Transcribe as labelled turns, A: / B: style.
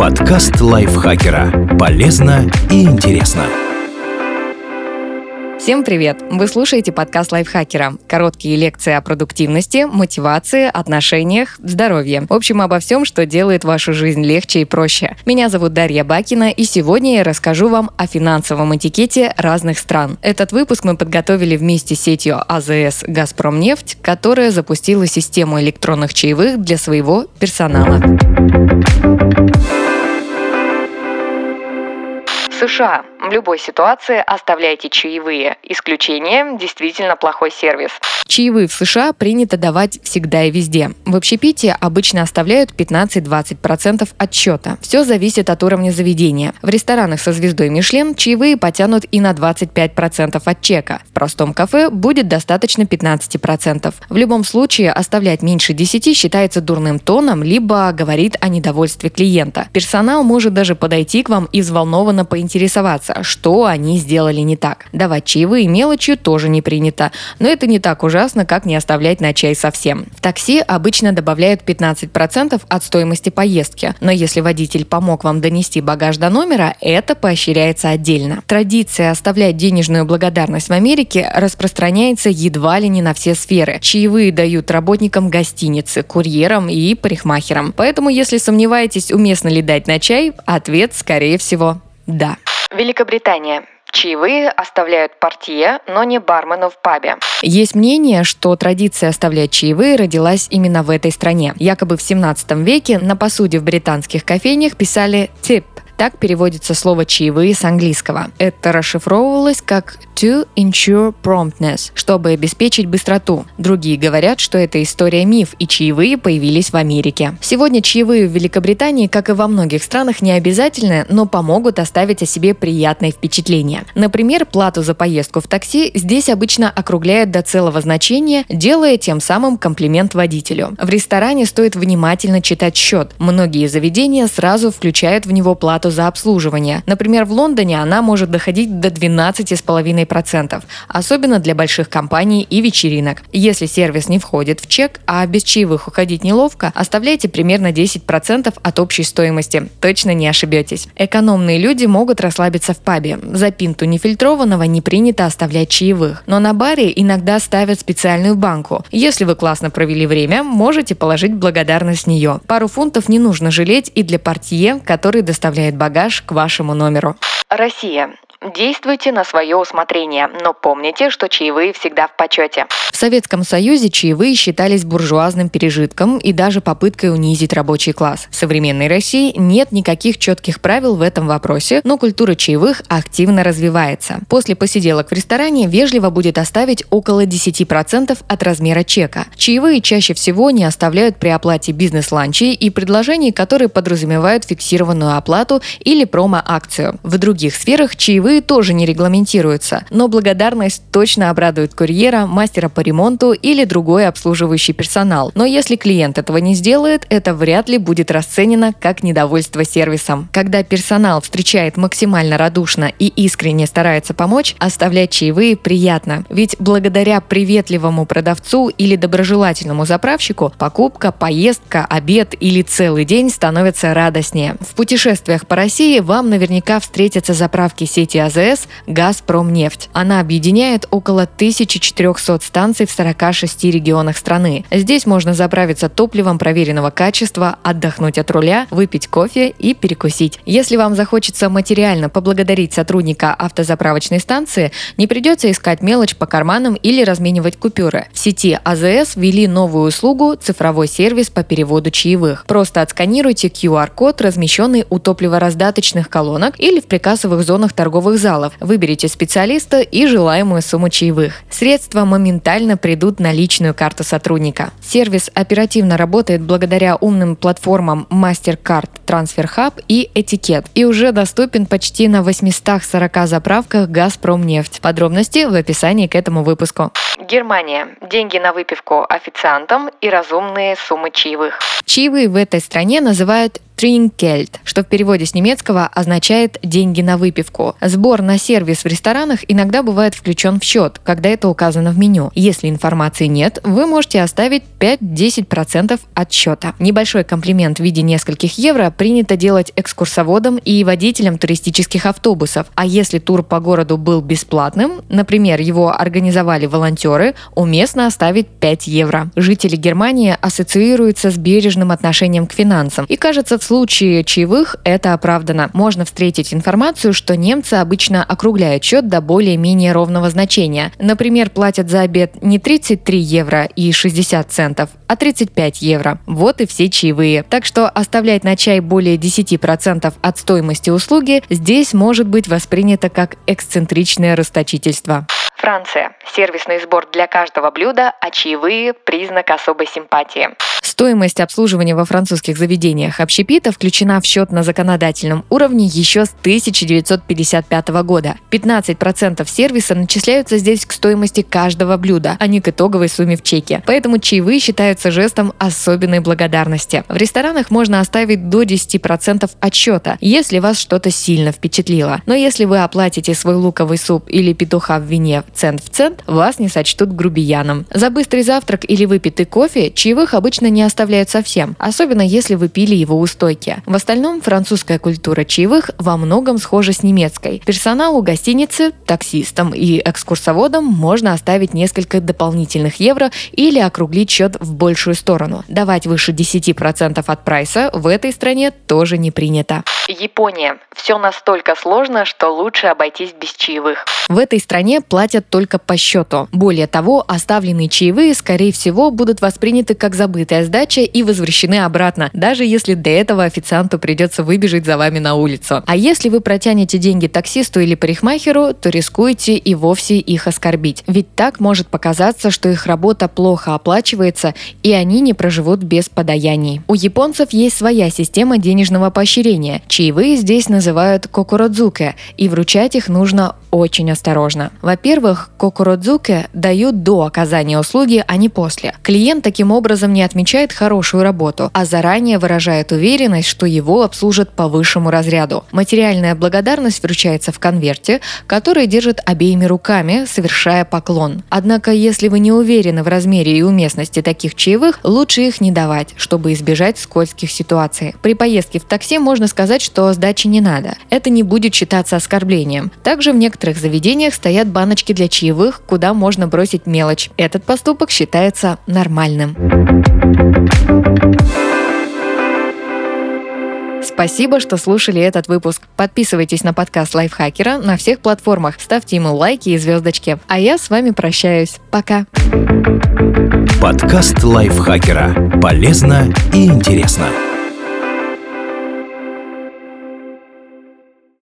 A: Подкаст лайфхакера. Полезно и интересно.
B: Всем привет! Вы слушаете подкаст лайфхакера. Короткие лекции о продуктивности, мотивации, отношениях, здоровье. В общем, обо всем, что делает вашу жизнь легче и проще. Меня зовут Дарья Бакина, и сегодня я расскажу вам о финансовом этикете разных стран. Этот выпуск мы подготовили вместе с сетью АЗС «Газпромнефть», которая запустила систему электронных чаевых для своего персонала. США. В любой ситуации оставляйте чаевые. Исключение – действительно плохой сервис. Чаевые в США принято давать всегда и везде. В общепите обычно оставляют 15-20% от счета. Все зависит от уровня заведения. В ресторанах со звездой Мишлен чаевые потянут и на 25% от чека. В простом кафе будет достаточно 15%. В любом случае оставлять меньше 10 считается дурным тоном, либо говорит о недовольстве клиента. Персонал может даже подойти к вам и взволнованно поинтересоваться, что они сделали не так. Давать чаевые мелочью тоже не принято, но это не так ужасно, как не оставлять на чай совсем. В такси обычно добавляют 15% от стоимости поездки, но если водитель помог вам донести багаж до номера, это поощряется отдельно. Традиция оставлять денежную благодарность в Америке распространяется едва ли не на все сферы. Чаевые дают работникам гостиницы, курьерам и парикмахерам. Поэтому, если сомневаетесь, уместно ли дать на чай, ответ, скорее всего, да. Великобритания. Чаевые оставляют портье, но не бармену в пабе. Есть мнение, что традиция оставлять чаевые родилась именно в этой стране. Якобы в 17 веке на посуде в британских кофейнях писали «tip». Так переводится слово «чаевые» с английского. Это расшифровывалось как «to ensure promptness», чтобы обеспечить быстроту. Другие говорят, что это история-миф, и чаевые появились в Америке. Сегодня чаевые в Великобритании, как и во многих странах, не обязательны, но помогут оставить о себе приятное впечатление. Например, плату за поездку в такси здесь обычно округляют до целого значения, делая тем самым комплимент водителю. В ресторане стоит внимательно читать счет. Многие заведения сразу включают в него плату за обслуживание. Например, в Лондоне она может доходить до 12,5%, особенно для больших компаний и вечеринок. Если сервис не входит в чек, а без чаевых уходить неловко, оставляйте примерно 10% от общей стоимости. Точно не ошибетесь. Экономные люди могут расслабиться в пабе. За пинту нефильтрованного не принято оставлять чаевых. Но на баре иногда ставят специальную банку. Если вы классно провели время, можете положить благодарность в нее. Пару фунтов не нужно жалеть и для портье, который доставляет багаж к вашему номеру. Россия. Действуйте на свое усмотрение, но помните, что чаевые всегда в почете. В Советском Союзе чаевые считались буржуазным пережитком и даже попыткой унизить рабочий класс. В современной России нет никаких четких правил в этом вопросе, но культура чаевых активно развивается. После посиделок в ресторане вежливо будет оставить около 10% от размера чека. Чаевые чаще всего не оставляют при оплате бизнес-ланчей и предложений, которые подразумевают фиксированную оплату или промо-акцию. В других сферах чаевые тоже не регламентируются, но благодарность точно обрадует курьера, мастера по ремонту или другой обслуживающий персонал. Но если клиент этого не сделает, это вряд ли будет расценено как недовольство сервисом. Когда персонал встречает максимально радушно и искренне старается помочь, оставлять чаевые приятно. Ведь благодаря приветливому продавцу или доброжелательному заправщику покупка, поездка, обед или целый день становятся радостнее. В путешествиях по России вам наверняка встретятся заправки сети АЗС «Газпромнефть». Она объединяет около 1400 станций в 46 регионах страны. Здесь можно заправиться топливом проверенного качества, отдохнуть от руля, выпить кофе и перекусить. Если вам захочется материально поблагодарить сотрудника автозаправочной станции, не придется искать мелочь по карманам или разменивать купюры. В сети АЗС ввели новую услугу «Цифровой сервис по переводу чаевых». Просто отсканируйте QR-код, размещенный у топливораздаточных колонок или в прикассовых зонах торговых залов. Выберите специалиста и желаемую сумму чаевых. Средства моментально придут на личную карту сотрудника. Сервис оперативно работает благодаря умным платформам MasterCard, Transfer Hub и Этикет и уже доступен почти на 840 заправках «Газпромнефть». Подробности в описании к этому выпуску. Германия. Деньги на выпивку официантам и разумные суммы чаевых. Чаевые в этой стране называют «Trinkgeld», что в переводе с немецкого означает «деньги на выпивку». Сбор на сервис в ресторанах иногда бывает включен в счет, когда это указано в меню. Если информации нет, вы можете оставить 5-10% от счета. Небольшой комплимент в виде нескольких евро принято делать экскурсоводам и водителям туристических автобусов. А если тур по городу был бесплатным, например, его организовали волонтеры, уместно оставить 5 евро. Жители Германии ассоциируются с бережным отношением к финансам. И кажется, в случае чаевых это оправдано. Можно встретить информацию, что немцы обычно округляют счет до более-менее ровного значения. Например, платят за обед не 33 евро и 60 центов, а 35 евро. Вот и все чаевые. Так что оставлять на чай более 10% от стоимости услуги здесь может быть воспринято как эксцентричное расточительство. Франция. Сервисный сбор для каждого блюда, а чаевые – признак особой симпатии. Стоимость обслуживания во французских заведениях общепита включена в счет на законодательном уровне еще с 1955 года. 15% сервиса начисляются здесь к стоимости каждого блюда, а не к итоговой сумме в чеке. Поэтому чаевые считаются жестом особенной благодарности. В ресторанах можно оставить до 10% от счета, если вас что-то сильно впечатлило. Но если вы оплатите свой луковый суп или петуха в вине цент в цент, вас не сочтут грубияном. За быстрый завтрак или выпитый кофе чаевых обычно не оставляют совсем, особенно если вы пили его у стойки. В остальном французская культура чаевых во многом схожа с немецкой. Персоналу гостиницы, таксистам и экскурсоводам можно оставить несколько дополнительных евро или округлить счет в большую сторону. Давать выше 10% от прайса в этой стране тоже не принято. Япония. Все настолько сложно, что лучше обойтись без чаевых. В этой стране платят только по счету. Более того, оставленные чаевые, скорее всего, будут восприняты как забытая сдача и возвращены обратно, даже если до этого официанту придется выбежать за вами на улицу. А если вы протянете деньги таксисту или парикмахеру, то рискуете и вовсе их оскорбить. Ведь так может показаться, что их работа плохо оплачивается, и они не проживут без подаяний. У японцев есть своя система денежного поощрения. Чаевые здесь называют кокородзуке, и вручать их нужно очень осторожно. Во-первых, кокородзуке дают до оказания услуги, а не после. Клиент таким образом не отмечает хорошую работу, а заранее выражает уверенность, что его обслужат по высшему разряду. Материальная благодарность вручается в конверте, который держит обеими руками, совершая поклон. Однако, если вы не уверены в размере и уместности таких чаевых, лучше их не давать, чтобы избежать скользких ситуаций. При поездке в такси можно сказать, что сдачи не надо. Это не будет считаться оскорблением. Также в некоторых заведениях стоят баночки для чаевых, куда можно бросить мелочь. Этот поступок считается нормальным. Спасибо, что слушали этот выпуск. Подписывайтесь на подкаст Лайфхакера на всех платформах, ставьте ему лайки и звездочки. А я с вами прощаюсь. Пока.
A: Подкаст Лайфхакера. Полезно и интересно.